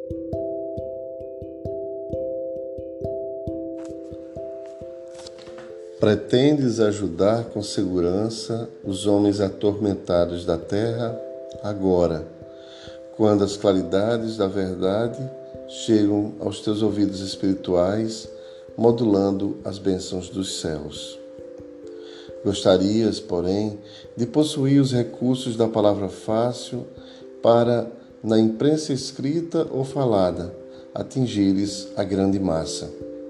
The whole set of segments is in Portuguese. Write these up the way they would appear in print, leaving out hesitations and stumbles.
Pretendes ajudar com segurança os homens atormentados da terra agora, quando as claridades da verdade chegam aos teus ouvidos espirituais, modulando as bênçãos dos céus. Gostarias, porém, de possuir os recursos da palavra fácil para, na imprensa escrita ou falada, atingires a grande massa.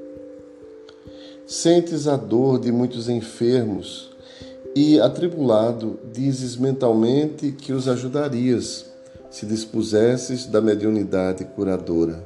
Sentes a dor de muitos enfermos e, atribulado, dizes mentalmente que os ajudarias, se dispusesses da mediunidade curadora.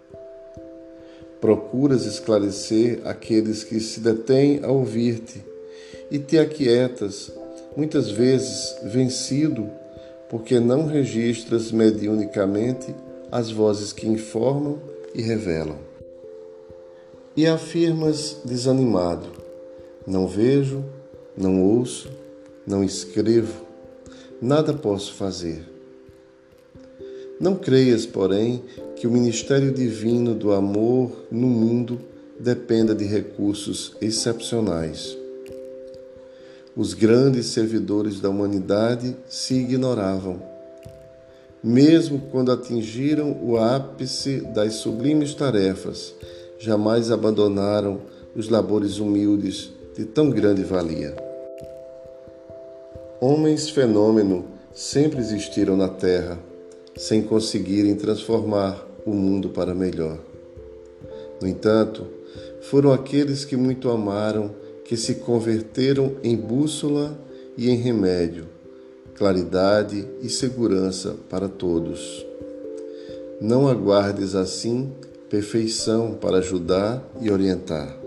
Procuras esclarecer aqueles que se detêm a ouvir-te e te aquietas, muitas vezes vencido, porque não registras mediunicamente as vozes que informam e revelam. E afirmas desanimado: não vejo, não ouço, não escrevo, nada posso fazer. Não creias, porém, que o ministério divino do amor no mundo dependa de recursos excepcionais. Os grandes servidores da humanidade se ignoravam. Mesmo quando atingiram o ápice das sublimes tarefas, jamais abandonaram os labores humildes de tão grande valia. Homens fenômeno sempre existiram na Terra, sem conseguirem transformar o mundo para melhor. No entanto, foram aqueles que muito amaram que se converteram em bússola e em remédio, claridade e segurança para todos. Não aguardes assim perfeição para ajudar e orientar.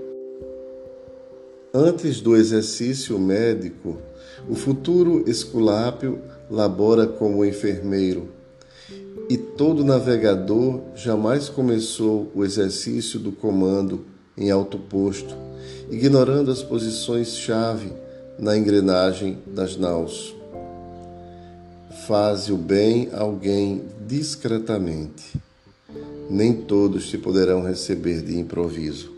Antes do exercício médico, o futuro Esculápio labora como enfermeiro, e todo navegador jamais começou o exercício do comando em alto posto, ignorando as posições-chave na engrenagem das naus. Faze o bem a alguém discretamente. Nem todos te poderão receber de improviso.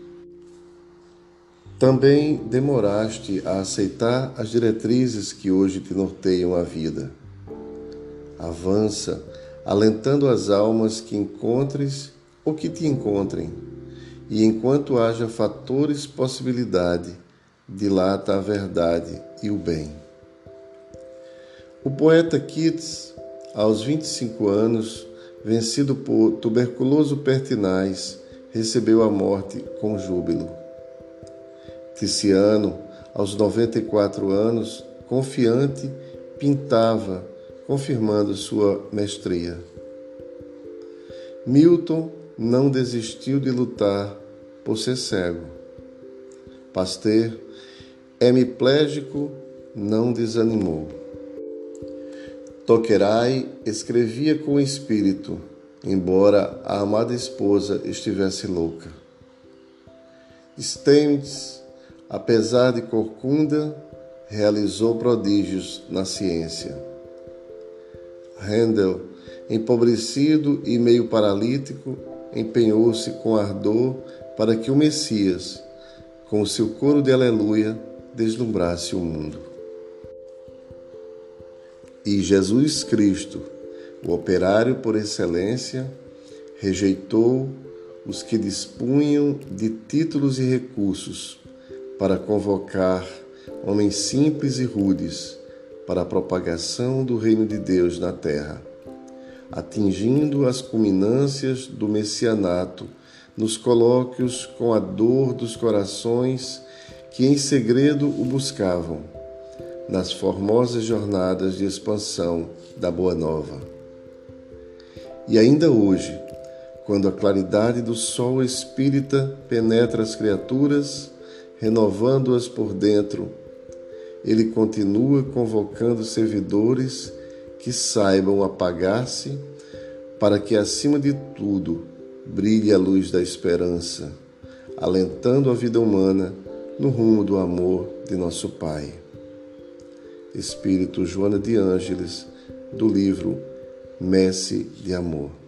Também demoraste a aceitar as diretrizes que hoje te norteiam a vida. Avança, alentando as almas que encontres ou que te encontrem, e enquanto haja fatores possibilidade, dilata a verdade e o bem. O poeta Keats, aos 25 anos, vencido por tuberculoso pertinaz, recebeu a morte com júbilo. Tiziano, aos 94 anos, confiante, pintava, confirmando sua mestria. Milton não desistiu de lutar por ser cego. Pasteur, hemiplégico, não desanimou. Thackeray escrevia com espírito, embora a amada esposa estivesse louca. Steinmetz, apesar de corcunda, realizou prodígios na ciência. Handel, empobrecido e meio paralítico, empenhou-se com ardor para que o Messias, com o seu coro de aleluia, deslumbrasse o mundo. E Jesus Cristo, o operário por excelência, rejeitou os que dispunham de títulos e recursos para convocar homens simples e rudes para a propagação do reino de Deus na terra, atingindo as culminâncias do messianato nos colóquios com a dor dos corações que em segredo o buscavam, nas formosas jornadas de expansão da Boa Nova. E ainda hoje, quando a claridade do sol espírita penetra as criaturas, renovando-as por dentro, ele continua convocando servidores que saibam apagar-se para que, acima de tudo, brilhe a luz da esperança, alentando a vida humana no rumo do amor de nosso Pai. Espírito Joana de Ângeles, do livro Messe de Amor.